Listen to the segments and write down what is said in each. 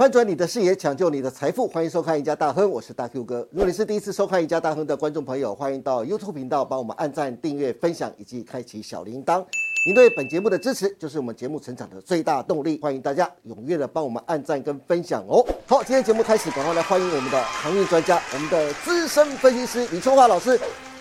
翻转你的视野，抢救你的财富，欢迎收看《赢家大亨》，我是大 Q 哥。如果你是第一次收看《赢家大亨》的观众朋友，欢迎到 YouTube 频道帮我们按赞、订阅、分享以及开启小铃铛。您对本节目的支持就是我们节目成长的最大动力，欢迎大家踊跃的帮我们按赞跟分享哦。好，今天节目开始，赶快来欢迎我们的航运专家，我们的资深分析师李秋华老师。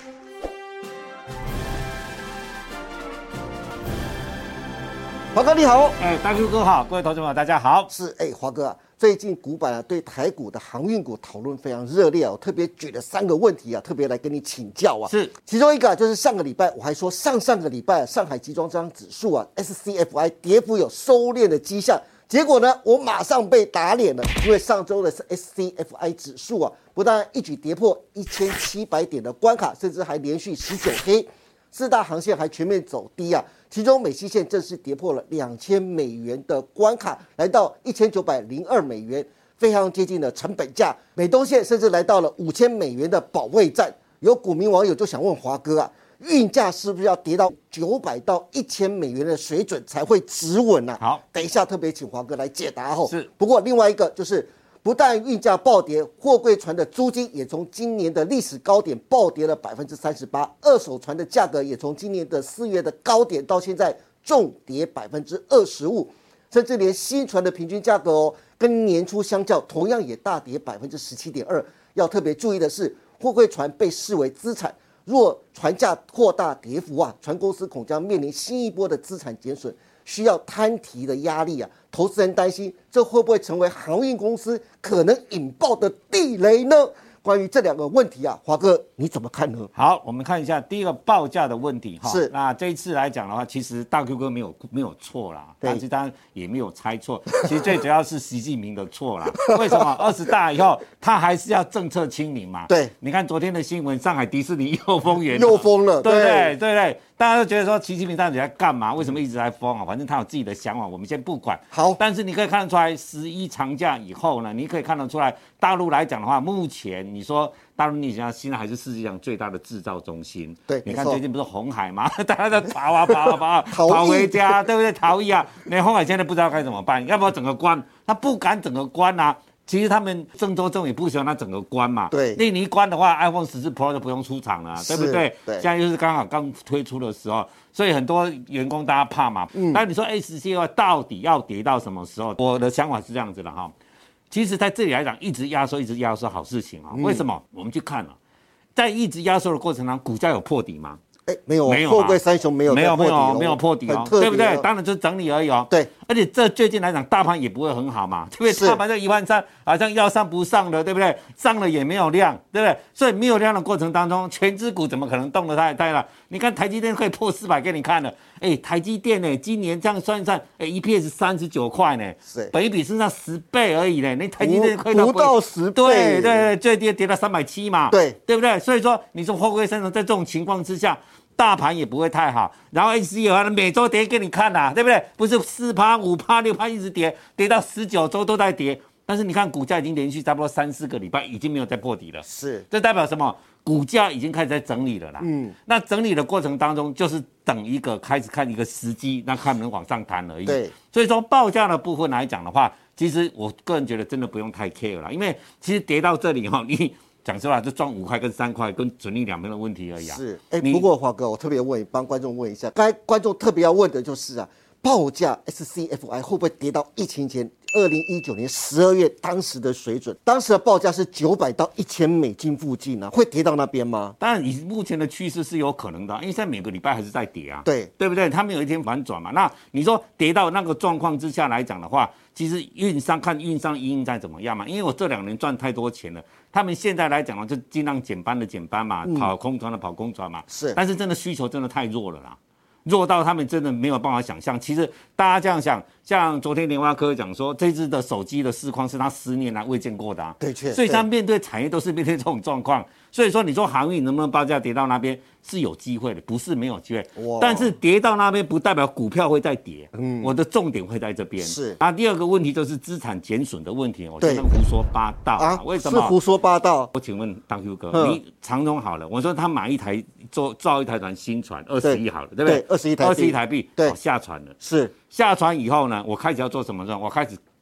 华哥你好， 大 Q 哥好，各位同学们大家好。 是，华哥啊，最近股版对台股的航运股讨论非常热烈我特别举了3个问题特别来跟你请教是， 其中一个就是上个礼拜我还说上个礼拜上海集装箱指数SCFI 跌幅有收敛的迹象，结果呢，我马上被打脸了，因为上周的SCFI 指数不但一举跌破1700点的关卡，甚至还连续19黑，4大航线还全面走低其中美西线正式跌破了2000美元的关卡，来到1902美元，非常接近了成本价。美东线甚至来到了5000美元的保卫战。有股民网友就想问华哥运价是不是要跌到900到1000美元的水准才会止稳好， 等一下特别请华哥来解答是， 不过另外一个就是。不但运价暴跌，货柜船的租金也从今年的历史高点暴跌了38%，二手船的价格也从今年的4月的高点到现在重跌25%，甚至连新船的平均价格跟年初相较，同样也大跌17.2%。要特别注意的是，货柜船被视为资产，若船价扩大跌幅船公司恐将面临新一波的资产减损，需要摊提的压力投资人担心这会不会成为航运公司可能引爆的地雷呢？关于这2个问题华哥你怎么看呢？ 好，我们看一下第一个报价的问题是， 那这一次来讲的话，其实大 Q 哥没有错啦，但是当然也没有猜错，其实最主要是习近平的错啦。为什么20大以后他还是要政策清零嘛？ 对， 你看昨天的新闻，上海迪士尼又封园， 又封了， 对不对？大家都觉得说习近平到底在干嘛？为什么一直在封反正他有自己的想法，我们先不管。 好， 但是你可以看得出来，11长假以后呢，你可以看得出来，大陆来讲的话，目前你说大陆你想现在还是世界上最大的制造中心。 对， 你看最近不是红海吗？大家在跑回家，对不对？逃逸连红海现在不知道该怎么办，要不要整个关？他不敢整个关其实他们郑州政府也不喜欢他整个关嘛。 对， 那你一关的话 ，iPhone 14 Pro 就不用出厂了，对不对？ 对。 现在就是刚好刚推出的时候，所以很多员工大家怕嘛。那你说 SCFI 到底要跌到什么时候？我的想法是这样子的其实在这里来讲，一直压缩好事情为什么？我们去看在一直压缩的过程当中，股价有破底吗？ 没有，货柜三雄没有破底对不对？当然就是整理而已对， 而且这最近来讲，大盘也不会很好嘛，对不对？大盘这13000好像要上不上的，对不对？上了也没有量，对不对？所以没有量的过程当中，全指股怎么可能动得太了？你看台积电可以破400给你看了，台积电今年这样算一算，EPS 39块呢，本益比是上10倍而已呢，你台积电亏到不到10倍， 对，最低跌到370嘛， 对不对？所以说你说货柜三雄在这种情况之下。大盘也不会太好，然后 SCFI 每周跌给你看对不对？不是4%、5%、6%一直跌到19周都在跌，但是你看股价已经连续差不多3-4个礼拜已经没有再破底了， 是， 这代表什么？股价已经开始在整理了啦。那整理的过程当中，就是等开始看一个时机，那看能往上弹而已。 对， 所以说报价的部分来讲的话，其实我个人觉得真的不用太 care 啦，因为其实跌到这里你。讲实话，就赚5块跟3块，跟纯利2倍的问题而已是，不过华哥，我特别帮观众问一下，刚才观众特别要问的就是报价 SCFI 会不会跌到疫情前2019年12月当时的水准？当时的报价是900到1000美金附近会跌到那边吗？ 当然，以目前的趋势是有可能的，因为现在每个礼拜还是在跌对不对？他们有一天反转嘛。那你说跌到那个状况之下来讲的话，其实运商应在怎么样嘛？因为我这2年赚太多钱了，他们现在来讲就尽量减班嘛，跑空船的跑空船嘛。 是， 但是真的需求真的太弱了啦。弱到他们真的没有办法想象。其实大家这样想，像昨天联发科讲说，这支的手机的市况是他10年来未见过的对，确实。 所以他面对产业都是面对这种状况。所以说，你说航运能不能报价跌到那边是有机会的，不是没有机会。但是跌到那边不代表股票会再跌。我的重点会在这边。 是。 第二个问题就是资产减损的问题，我觉得胡说八道为什么？ 是胡说八道。 我请问大 Q 哥，你长荣好了，我说他买一台造一台船新船20亿好了，对不对？ 对，21台币。 对，下船了。 是。 下船以后呢，我开始要做什么呢？我开始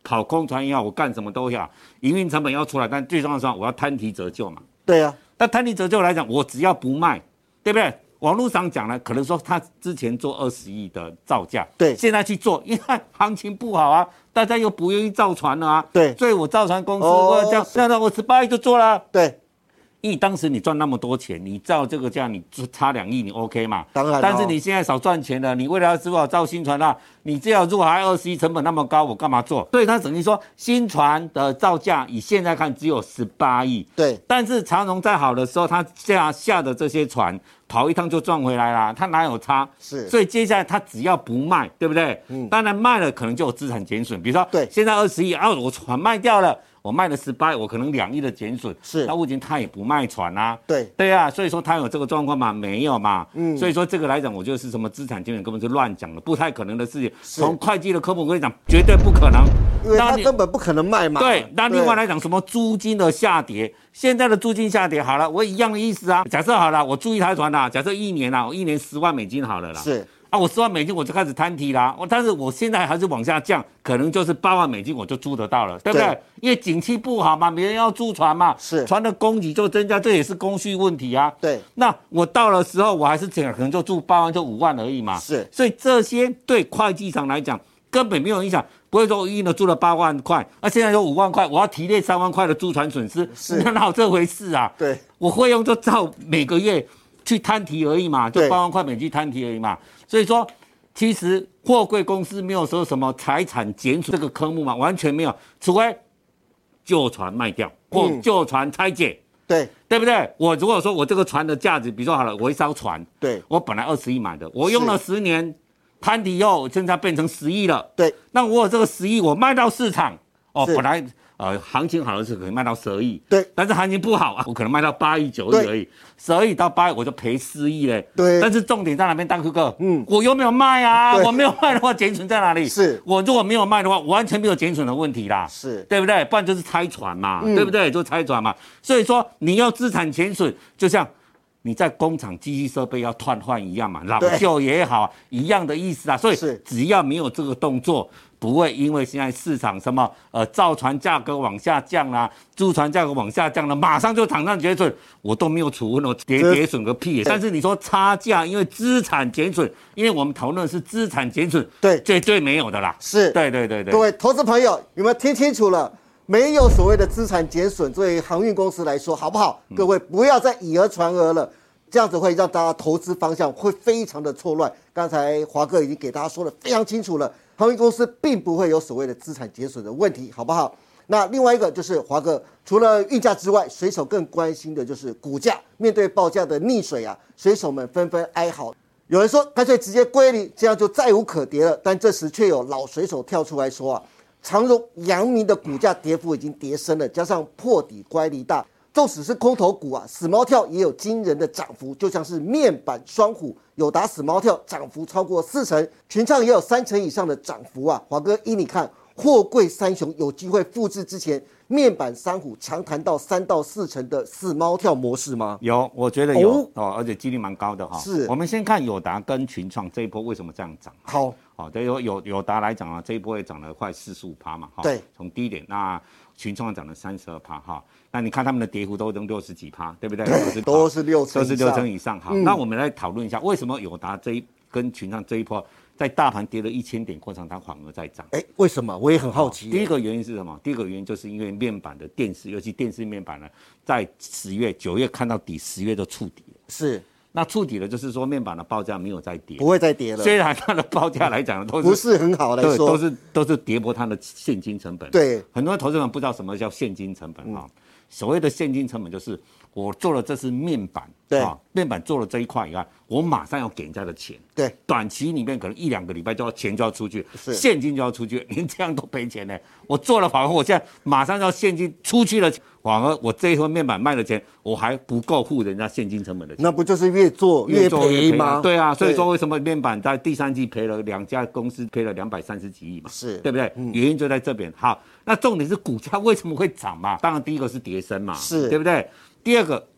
跑空船也好，我干什么都好，营运成本要出来，但最重要的是我要摊提折旧嘛。 对啊， 但摊提折旧来讲，我只要不卖，对不对？网络上讲呢，可能说他之前做20亿的造价， 对， 现在去做，因为行情不好啊，大家又不愿意造船了啊， 对， 所以我造船公司我这样我18亿就做了， 对。 因为当时你赚那么多钱，你照这个价，你差2亿，你 OK 嘛？ 当然、 但是你现在少赚钱了，你为了要支付好造新船啦，你这样如果还20亿成本那么高，我干嘛做？所以他等于说新船的造价以现在看只有18亿， 对。 但是长荣在好的时候，他下的这些船跑一趟就赚回来啦，他哪有差？ 是。 所以接下来他只要不卖，对不对？当然卖了可能就有资产减损，比如说对， 现在20亿啊，我船卖掉了。我卖了18亿，我可能2亿的减损， 是。 那目前他也不卖船啊， 对啊，所以说他有这个状况吗？没有嘛，所以说这个来讲，我觉得是什么资产减损根本是乱讲的，不太可能的事情。从会计的科普跟你讲，绝对不可能， 因为他根本不可能卖嘛。 对，那另外来讲，什么租金的下跌，现在的租金下跌好了，我一样的意思啊。假设好了，我租一台船啦，假设1年啦，我1年10万美金好了啦， 是。 啊，我10万美金我就开始摊提啦，但是我现在还是往下降，可能就是8万美金我就租得到了，对不对？因为景气不好嘛，没人要租船嘛， 是船的供给就增加，这也是供需问题啊。 对， 那我到了时候我还是可能就租8万就5万而已嘛。 是， 所以这些对会计上来讲根本没有影响，不会说我一年租了8万块，那现在有5万块，我要提列3万块的租船损失，哪有这回事啊？ 对， 我费用就照每个月去摊提而已嘛，就8万块美金摊提而已嘛。所以说，其实货柜公司没有说什么财产减损这个科目嘛，完全没有，除非旧船卖掉或旧船拆解，对不对？我如果说我这个船的价值，比如说好了，我一艘船， 对， 我本来20亿买的，我用了10年，摊提以后现在变成10亿了， 对， 那我有这个10亿，我卖到市场，本来行情好的时候可以卖到12亿， 对， 但是行情不好啊，我可能卖到8亿、9亿而已，12亿到8亿我就赔4亿嘞， 对。 但是重点在哪边，大哥？我又没有卖啊，我没有卖的话，减损在哪里？ 是我如果没有卖的话，完全没有减损的问题啦， 是对不对？不然就是拆船嘛，对不对？就拆船嘛。所以说你要资产减损，就像你在工厂机器设备要换一样嘛，老旧也好，一样的意思啊。所以只要没有这个动作，不会因为现在市场什么造船价格往下降啦，租船价格往下降了，马上就场上减损，我都没有处分，我跌损个屁！但是你说差价，因为资产减损，因为我们讨论的是资产减损， 对， 绝对没有的啦。 是， 对。 各位投资朋友有没有听清楚了？没有所谓的资产减损，对于航运公司来说，好不好？各位不要再以讹传讹了。这样子会让大家投资方向会非常的错乱。刚才华哥已经给大家说的非常清楚了，航运公司并不会有所谓的资产减损的问题，好不好？那另外一个就是华哥，除了运价之外，水手更关心的就是股价。面对报价的溺水啊，水手们纷纷哀嚎。有人说干脆直接归零，这样就再无可跌了。但这时却有老水手跳出来说啊，长荣、阳明的股价跌幅已经跌深了，加上破底乖离大。纵使是空头股啊，死猫跳也有惊人的涨幅，就像是面板双虎、友达死猫跳涨幅超过40%，群创也有30%以上的涨幅啊。华哥依你看，货柜三雄有机会复制之前面板三虎强弹到3到4成的死猫跳模式吗？ 有，我觉得有而且几率蛮高的哈。 是， 我们先看友达跟群创这一波为什么这样涨？ 好， 对，友达来讲啊，这一波也涨了快45%嘛， 对， 从低点，那群创涨了32%哈。那你看他们的跌幅都能60几%，对不对？ 都是6成以上。好，那我们来讨论一下，为什么友达跟群创这一波在大盘跌了1000点过程，它反而在涨？ 为什么？我也很好奇。 第一个原因是什么？第一个原因就是因为面板的电视，尤其电视面板呢，在9月看到底，10月都触底了。 是。 那触底了，就是说面板的报价没有再跌， 不会再跌了。 虽然它的报价来讲都是不是很好来说， 都是跌破它的现金成本。 对， 很多投资人不知道什么叫现金成本啊。所谓的现金成本就是我做了这是面板， 对， 面板做了这一块以外，我马上要给人家的钱， 对，短期里面可能1-2个礼拜钱就要出去，现金就要出去，您这样都赔钱呢。我做了反而我现在马上要现金出去了，反而我这一份面板卖的钱我还不够付人家现金成本的钱， 那不就是越做越赔吗？ 对啊，所以说为什么面板在第3季赔了2家公司赔了230几亿嘛， 是对不对？原因就在这边。好，那重点是股价为什么会涨嘛？当然第一个是跌升嘛， 是， 对不对？第二个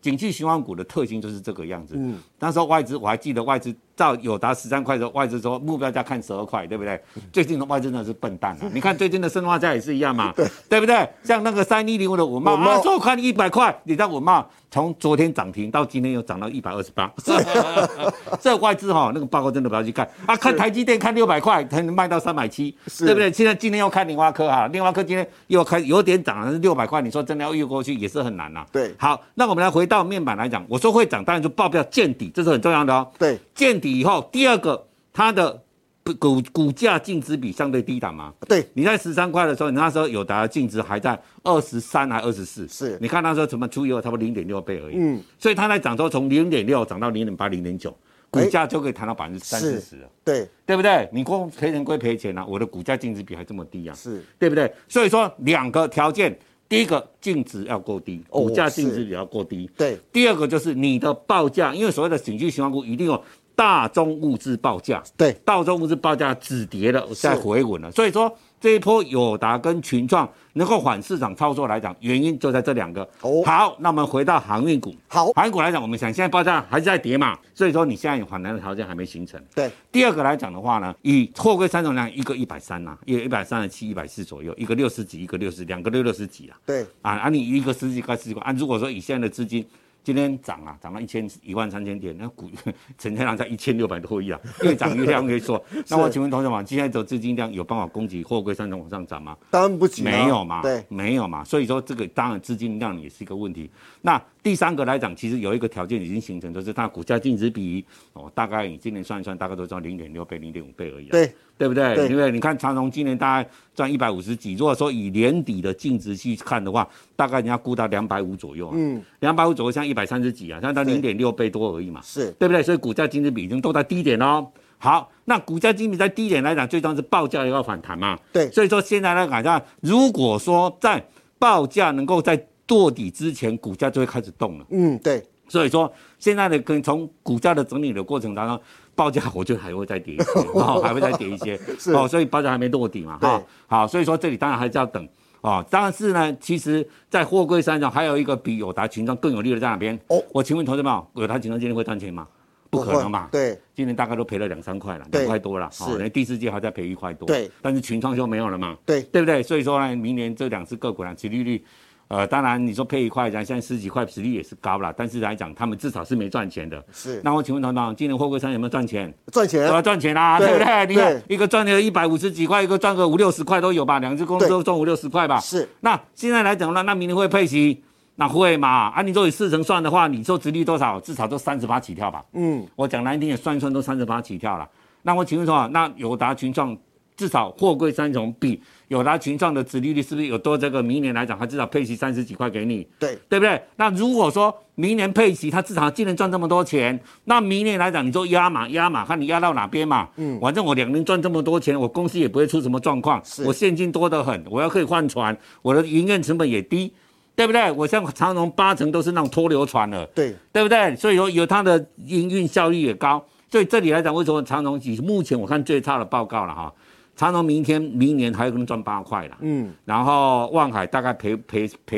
景气循环股的特性就是这个样子。那时候外资我还记得外资到友达13块的时候，外资说目标价看12块，对不对？最近的外资真的是笨蛋啊！你看最近的生化价也是一样嘛，对不对？像那个3105的文茂啊，说看100块，你知道文茂从昨天涨停到今天又涨到128，这外资那个报告真的不要去看啊！看台积电看600块才能卖到370，对不对？现在今天又看联发科联发科今天又开有点涨了，是600块，你说真的要越过去也是很难呐。 对， 好，那我们来回到面板来讲，我说会涨，当然就报表见底，这是很重要的哦。 对， 见底以后，第二个它的股价净值比相对低档嘛。 对， 你在13块的时候，你那时候友达的净值还在23还24， 是， 你看那时候怎么除以后差不多0.6倍而已。所以它在涨之后，从0.6涨到0.8、0.9。股价就可以谈到30%-40%了，对不对？你光赔钱归赔钱啊，我的股价净值比还这么低啊， 是对不对？所以说2个条件，第一个净值要够低，股价净值比要够低， 对。 第二个就是你的报价，因为所谓的景气循环股一定有大宗物资报价， 对， 大宗物资报价止跌了，再回稳了，所以说这一波友达跟群创能够缓市场操作来讲，原因就在这2个。好，那我们回到航运股。 好， 航运股来讲，我们想现在报价还是在跌嘛，所以说你现在有反弹的条件还没形成。 对。 第二个来讲的话呢，以货柜3种量，一个130啊，一个137、140左右，一个60几，一个60，两个60几啊。 对。 你一个10几块、10几块如果说以现在的资金。今天涨到13000点，那股成交量在1600多亿啊，越涨越亮，越说。那我请问同学们，现在的资金量有办法供给货柜3种往上涨吗？ 当然不行， 没有嘛， 对， 没有嘛。所以说这个当然资金量也是一个问题。那第3个来讲，其实有一个条件已经形成，就是它股价净值比大概你今年算一算，大概都赚0.6倍、0.5倍而已。对不对？因为你看长荣今年大概赚150几，如果说以年底的净值去看的话，大概你要估到250左右，250左右像130几啊，像到0.6倍多而已嘛， 是对不对？所以股价净值比已经都在低点哦。好，那股价净值比在低点来讲，最重要是报价要反弹嘛。 对， 所以说现在来讲，如果说在报价能够在落底之前，股价就会开始动了。 对。 所以说现在的从股价的整理的过程当中，报价我觉得还会再跌一些，还会再跌一些，所以报价还没落底嘛，好，所以说这里当然还是要等但是呢，其实，在货柜3种还有一个比友达群创更有利的在哪边？我请问同志们，友达群创今天会赚钱吗？不可能嘛， 对， 今年大概都赔了2-3块了，2块多了，第4季还在赔1块多， 对， 但是群创就没有了嘛， 对不对？所以说呢，明年这2只个股呢，殖利率。当然你说配1块，现在10几块，殖利率也是高了，但是来讲，他们至少是没赚钱的。 是。 那我请问团长，今年货柜3有没有赚钱？ 赚钱， 要赚钱啦，对不对？你看一个赚了150几块，一个赚个50-60块都有吧，2只公司都赚50-60块吧。 是。 那现在来讲呢，那明年会配息？那会嘛？你说以4成算的话，你说殖利率多少？至少都38起跳吧。我讲难听也算一算都38起跳了。那我请问说，那友达群创？至少货柜3种比友达群创的殖利率是不是有多？这个明年来讲，它至少配息30几块给你，对不对？那如果说明年配息，它至少今年赚这么多钱，那明年来讲，你就压嘛，看你压到哪边嘛。反正我2年赚这么多钱，我公司也不会出什么状况，我现金多得很，我要可以换船，我的营运成本也低，对不对？我像长荣8成都是那种拖流船了，对不对？所以说有它的营运效率也高，所以这里来讲，为什么长荣以目前我看最差的报告了长荣明年还有可能赚8块啦，然后万海大概赔钱，赔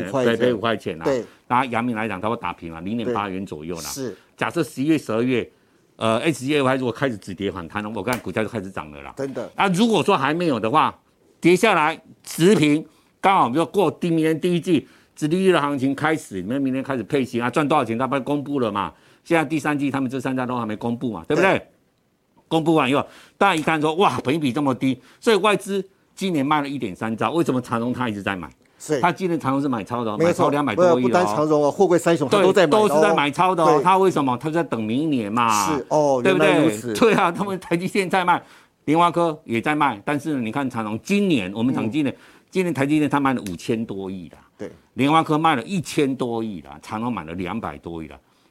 5块钱啦，对，然后阳明来讲，它会打平了，0.8元左右啦。是，假设11月、12月，SGF 如果开始止跌反弹了，我看股价就开始涨了啦。真的。如果说还没有的话，跌下来持平，刚好就过明年第1季，殖利率的行情开始，你们明年开始配息赚多少钱，它不公布了嘛？现在第3季他们这3家都还没公布嘛，对不对？公布完以后，大家一看说，哇，本益比这么低，所以外资今年卖了1.3兆。为什么长荣他一直在买？他今年长荣是买超的，买超200多亿不单长荣货柜3雄他都在买， 都是在买超的他为什么？他在等明年嘛，是对不对？对啊，他们台积电在卖，联发科也在卖，但是你看长荣今年，我们讲今年台积电他卖了5000多亿啦，对，联发科卖了1000多亿啦，长荣买了200多亿啦。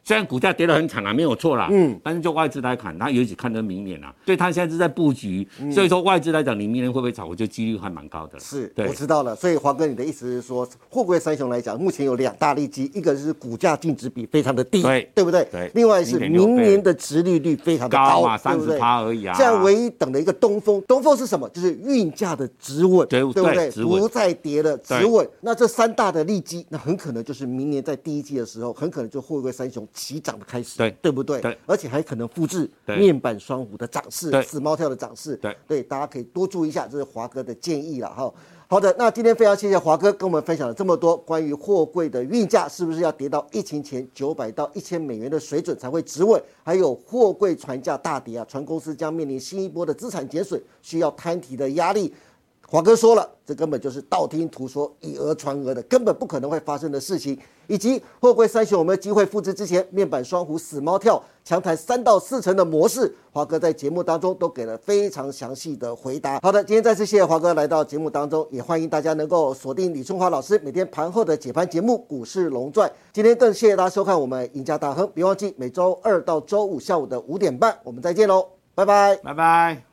虽然股价跌得很惨没有错啦，但是就外资来看，他尤其看得明年所以他现在是在布局，所以说外资来讲，你明年会不会炒，我觉得几率还蛮高的。 是，我知道了。所以华哥，你的意思是说，货柜三雄来讲，目前有2大利基，一个是股价净值比非常的低，对不对？ 对。 另外是明年的殖利率非常的高嘛 ，30%而已啊。 现在唯一等了一个东风，东风是什么？就是运价的止稳，对不对？不再跌了，止稳。那这3大的利基，那很可能就是明年在第1季的时候，很可能就货柜三雄齐涨的开始，对不对？ 对。 而且还可能复制面板双虎的涨势，死猫跳的涨势，对，大家可以多注意一下，这是华哥的建议了哈。好的，那今天非常谢谢华哥跟我们分享了这么多关于货柜的运价是不是要跌到疫情前900到1000美元的水准才会止稳，还有货柜船价大跌船公司将面临新一波的资产减损，需要摊提的压力。华哥说了，这根本就是道听途说、以讹传讹的，根本不可能会发生的事情。以及货柜三雄有没有机会复制之前面板双虎死猫跳强弹3到4成的模式？华哥在节目当中都给了非常详细的回答。好的，今天再次谢谢华哥来到节目当中，也欢迎大家能够锁定李春华老师每天盘后的解盘节目《股市龙传》。今天更谢谢大家收看我们赢家大亨，别忘记每周2到周5下午的5点半，我们再见喽，拜拜， 拜拜。